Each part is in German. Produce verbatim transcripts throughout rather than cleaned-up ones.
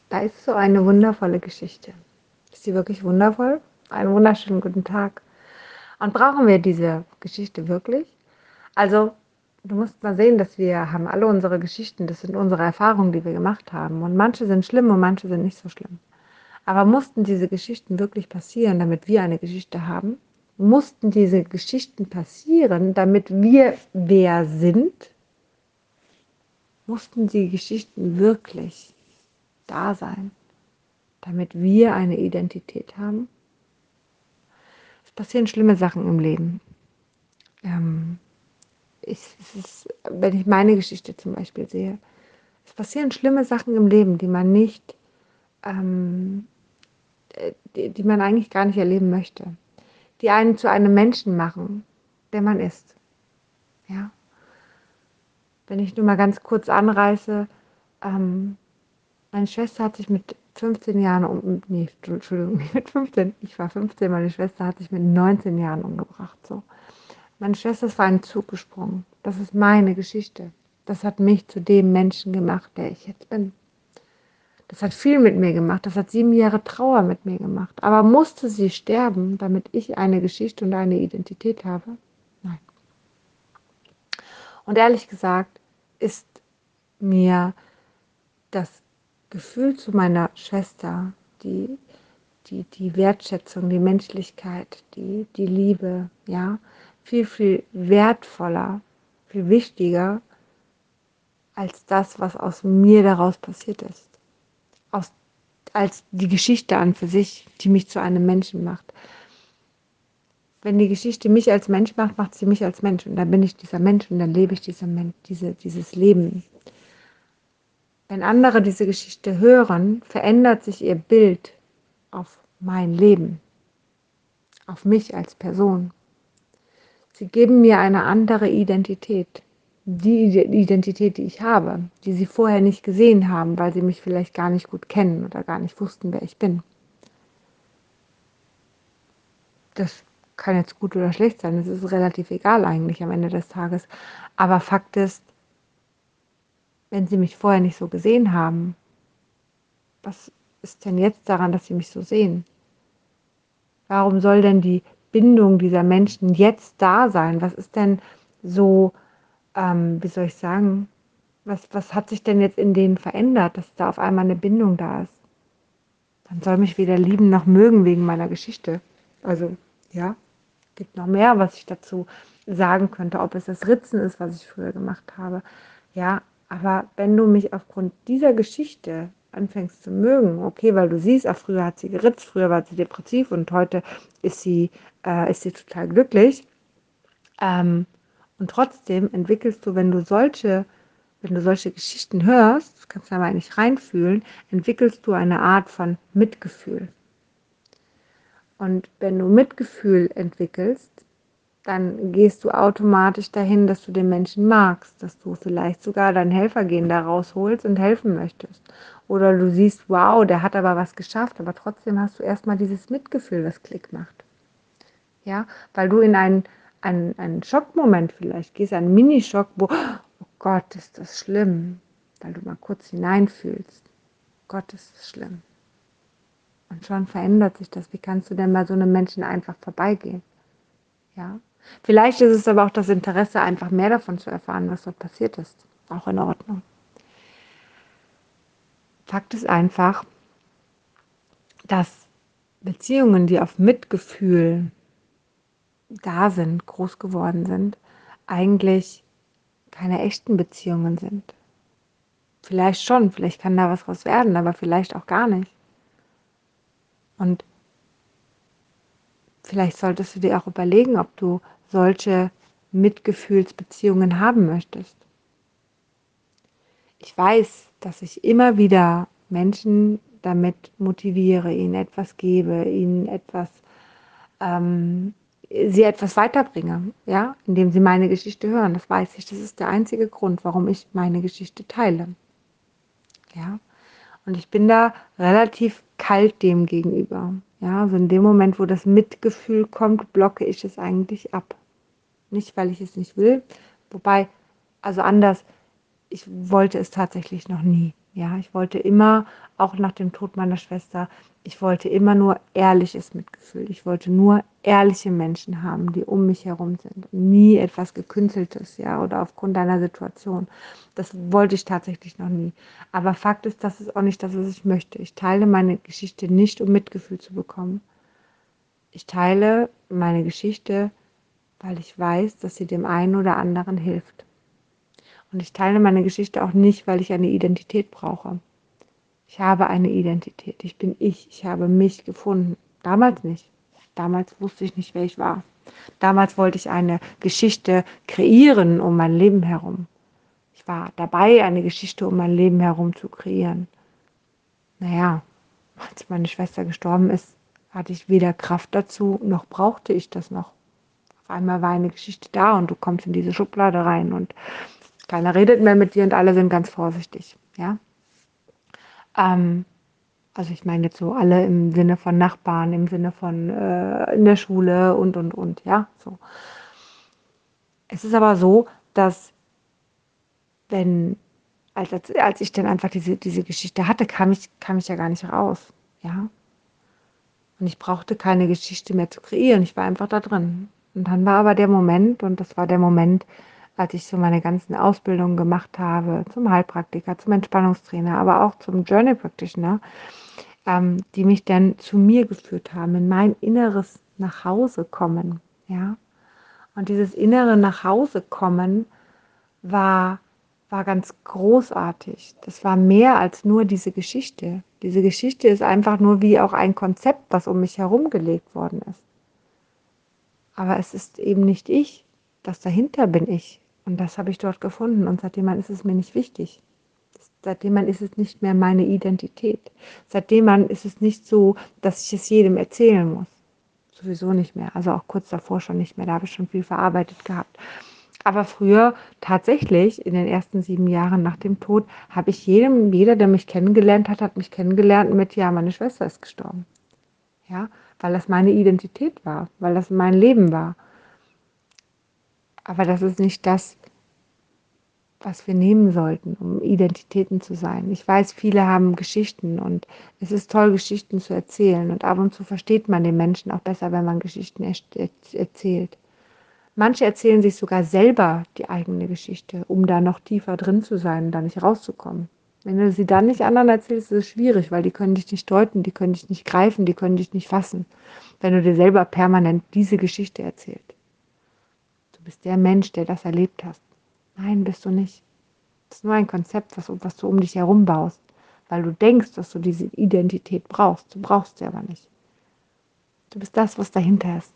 Da ist so eine wundervolle Geschichte. Ist sie wirklich wundervoll? Einen wunderschönen guten Tag. Und brauchen wir diese Geschichte wirklich? Also, du musst mal sehen, dass wir haben alle unsere Geschichten, das sind unsere Erfahrungen, die wir gemacht haben. Und manche sind schlimm und manche sind nicht so schlimm. Aber mussten diese Geschichten wirklich passieren, damit wir eine Geschichte haben? Mussten diese Geschichten passieren, damit wir wer sind? Mussten die Geschichten wirklich da sein, damit wir eine Identität haben? Es passieren schlimme Sachen im Leben. Ähm, ich, es ist, wenn ich meine Geschichte zum Beispiel sehe, es passieren schlimme Sachen im Leben, die man nicht, ähm, die, die man eigentlich gar nicht erleben möchte, die einen zu einem Menschen machen, der man ist. Ja? Wenn ich nur mal ganz kurz anreiße, ähm, meine Schwester hat sich mit fünfzehn Jahren um, nee, Entschuldigung, mit fünfzehn, ich war fünfzehn, meine Schwester hat sich mit neunzehn Jahren umgebracht. So. Meine Schwester ist vor einen Zug gesprungen. Das ist meine Geschichte. Das hat mich zu dem Menschen gemacht, der ich jetzt bin. Das hat viel mit mir gemacht. Das hat sieben Jahre Trauer mit mir gemacht. Aber musste sie sterben, damit ich eine Geschichte und eine Identität habe? Nein. Und ehrlich gesagt ist mir das Gefühl zu meiner Schwester, die, die, die Wertschätzung, die Menschlichkeit, die, die Liebe, ja, viel, viel wertvoller, viel wichtiger als das, was aus mir daraus passiert ist. Aus, als die Geschichte an für sich, die mich zu einem Menschen macht. Wenn die Geschichte mich als Mensch macht, macht sie mich als Mensch. Und dann bin ich dieser Mensch und dann lebe ich dieser Mensch, diese, dieses Leben. Wenn andere diese Geschichte hören, verändert sich ihr Bild auf mein Leben, auf mich als Person. Sie geben mir eine andere Identität. Die Identität, die ich habe, die sie vorher nicht gesehen haben, weil sie mich vielleicht gar nicht gut kennen oder gar nicht wussten, wer ich bin. Das kann jetzt gut oder schlecht sein, das ist relativ egal eigentlich am Ende des Tages. Aber Fakt ist, wenn sie mich vorher nicht so gesehen haben, was ist denn jetzt daran, dass sie mich so sehen? Warum soll denn die Bindung dieser Menschen jetzt da sein? Was ist denn so, ähm, wie soll ich sagen, was, was hat sich denn jetzt in denen verändert, dass da auf einmal eine Bindung da ist? Man soll mich weder lieben noch mögen wegen meiner Geschichte. Also, ja, gibt noch mehr, was ich dazu sagen könnte, ob es das Ritzen ist, was ich früher gemacht habe. Ja, aber wenn du mich aufgrund dieser Geschichte anfängst zu mögen, okay, weil du siehst, auch früher hat sie geritzt, früher war sie depressiv und heute ist sie, äh, ist sie total glücklich. Ähm, und trotzdem entwickelst du, wenn du solche, wenn du solche Geschichten hörst, das kannst du aber nicht reinfühlen, entwickelst du eine Art von Mitgefühl. Und wenn du Mitgefühl entwickelst, dann gehst du automatisch dahin, dass du den Menschen magst, dass du vielleicht sogar dein Helfergehen da rausholst und helfen möchtest. Oder du siehst, wow, der hat aber was geschafft, aber trotzdem hast du erstmal dieses Mitgefühl, was Klick macht. Ja, weil du in einen, einen, einen Schockmoment vielleicht gehst, einen Minischock, wo, oh Gott, ist das schlimm, weil du mal kurz hineinfühlst. Gott, ist das schlimm. Und schon verändert sich das. Wie kannst du denn bei so einem Menschen einfach vorbeigehen? Ja. Vielleicht ist es aber auch das Interesse, einfach mehr davon zu erfahren, was dort passiert ist. Auch in Ordnung. Fakt ist einfach, dass Beziehungen, die auf Mitgefühl da sind, groß geworden sind, eigentlich keine echten Beziehungen sind. Vielleicht schon, vielleicht kann da was draus werden, aber vielleicht auch gar nicht. Und vielleicht solltest du dir auch überlegen, ob du solche Mitgefühlsbeziehungen haben möchtest. Ich weiß, dass ich immer wieder Menschen damit motiviere, ihnen etwas gebe, ihnen etwas, ähm, sie etwas weiterbringe, ja, indem sie meine Geschichte hören. Das weiß ich. Das ist der einzige Grund, warum ich meine Geschichte teile. Ja. Und ich bin da relativ kalt dem gegenüber. Ja, also in dem Moment, wo das Mitgefühl kommt, blocke ich es eigentlich ab. Nicht, weil ich es nicht will, wobei, also anders, ich wollte es tatsächlich noch nie. Ja, ich wollte immer, auch nach dem Tod meiner Schwester, ich wollte immer nur ehrliches Mitgefühl. Ich wollte nur ehrliche Menschen haben, die um mich herum sind. Nie etwas Gekünsteltes, ja, oder aufgrund einer Situation. Das wollte ich tatsächlich noch nie. Aber Fakt ist, das ist auch nicht das, was ich möchte. Ich teile meine Geschichte nicht, um Mitgefühl zu bekommen. Ich teile meine Geschichte, weil ich weiß, dass sie dem einen oder anderen hilft. Und ich teile meine Geschichte auch nicht, weil ich eine Identität brauche. Ich habe eine Identität. Ich bin ich. Ich habe mich gefunden. Damals nicht. Damals wusste ich nicht, wer ich war. Damals wollte ich eine Geschichte kreieren um mein Leben herum. Ich war dabei, eine Geschichte um mein Leben herum zu kreieren. Naja, als meine Schwester gestorben ist, hatte ich weder Kraft dazu, noch brauchte ich das noch. Auf einmal war eine Geschichte da und du kommst in diese Schublade rein und keiner redet mehr mit dir und alle sind ganz vorsichtig. Ja? Ähm, also ich meine jetzt so alle im Sinne von Nachbarn, im Sinne von äh, in der Schule und, und, und, ja, so. Es ist aber so, dass wenn, als, als, als ich dann einfach diese, diese Geschichte hatte, kam ich, kam ich ja gar nicht raus, ja. Und ich brauchte keine Geschichte mehr zu kreieren, ich war einfach da drin. Und dann war aber der Moment, und das war der Moment, als ich so meine ganzen Ausbildungen gemacht habe, zum Heilpraktiker, zum Entspannungstrainer, aber auch zum Journey Practitioner, ähm, die mich dann zu mir geführt haben, in mein inneres Nachhausekommen, ja. Und dieses innere Nachhausekommen war, war ganz großartig. Das war mehr als nur diese Geschichte. Diese Geschichte ist einfach nur wie auch ein Konzept, was um mich herum gelegt worden ist. Aber es ist eben nicht ich. Das dahinter bin ich. Und das habe ich dort gefunden. Und seitdem ist es mir nicht wichtig. Seitdem ist es nicht mehr meine Identität. Seitdem ist es nicht so, dass ich es jedem erzählen muss. Sowieso nicht mehr. Also auch kurz davor schon nicht mehr. Da habe ich schon viel verarbeitet gehabt. Aber früher tatsächlich, in den ersten sieben Jahren nach dem Tod, habe ich jedem, jeder, der mich kennengelernt hat, hat mich kennengelernt mit, ja, meine Schwester ist gestorben. Ja, weil das meine Identität war, weil das mein Leben war. Aber das ist nicht das, was wir nehmen sollten, um Identitäten zu sein. Ich weiß, viele haben Geschichten und es ist toll, Geschichten zu erzählen. Und ab und zu versteht man den Menschen auch besser, wenn man Geschichten erzählt. Manche erzählen sich sogar selber die eigene Geschichte, um da noch tiefer drin zu sein und da nicht rauszukommen. Wenn du sie dann nicht anderen erzählst, ist es schwierig, weil die können dich nicht deuten, die können dich nicht greifen, die können dich nicht fassen, wenn du dir selber permanent diese Geschichte erzählst. Du bist der Mensch, der das erlebt hast. Nein, bist du nicht. Das ist nur ein Konzept, was, was du um dich herum baust, weil du denkst, dass du diese Identität brauchst. Du brauchst sie aber nicht. Du bist das, was dahinter ist.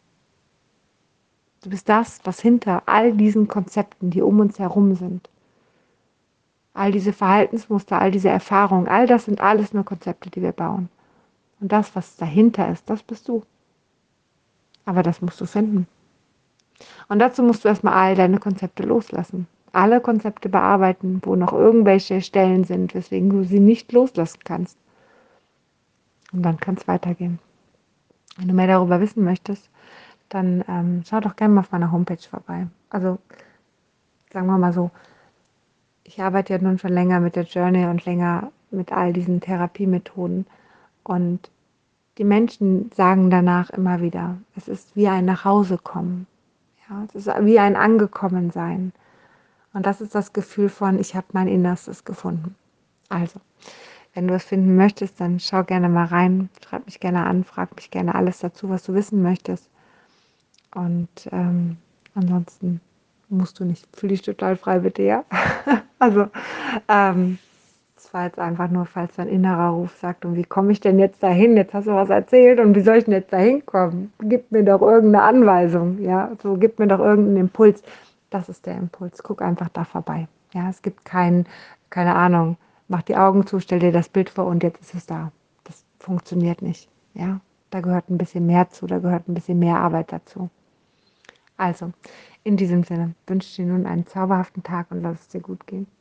Du bist das, was hinter all diesen Konzepten, die um uns herum sind. All diese Verhaltensmuster, all diese Erfahrungen, all das sind alles nur Konzepte, die wir bauen. Und das, was dahinter ist, das bist du. Aber das musst du finden. Und dazu musst du erstmal all deine Konzepte loslassen. Alle Konzepte bearbeiten, wo noch irgendwelche Stellen sind, weswegen du sie nicht loslassen kannst. Und dann kann es weitergehen. Wenn du mehr darüber wissen möchtest, dann ähm, schau doch gerne mal auf meiner Homepage vorbei. Also sagen wir mal so, ich arbeite ja nun schon länger mit der Journey und länger mit all diesen Therapiemethoden. Und die Menschen sagen danach immer wieder, es ist wie ein Nachhausekommen. Ja, es ist wie ein Angekommensein. Und das ist das Gefühl von, ich habe mein Innerstes gefunden. Also, wenn du es finden möchtest, dann schau gerne mal rein, schreib mich gerne an, frag mich gerne alles dazu, was du wissen möchtest. Und ähm, ansonsten musst du nicht, fühl dich total frei, bitte, ja? Also, ähm, das war jetzt einfach nur, falls dein innerer Ruf sagt, und wie komme ich denn jetzt dahin? Jetzt hast du was erzählt und wie soll ich denn jetzt dahin kommen? Gib mir doch irgendeine Anweisung, ja? So, gib mir doch irgendeinen Impuls. Das ist der Impuls. Guck einfach da vorbei. Ja, es gibt keinen, keine Ahnung, mach die Augen zu, stell dir das Bild vor und jetzt ist es da. Das funktioniert nicht, ja? Da gehört ein bisschen mehr zu, da gehört ein bisschen mehr Arbeit dazu. Also, in diesem Sinne wünsche ich dir nun einen zauberhaften Tag und lass es dir gut gehen.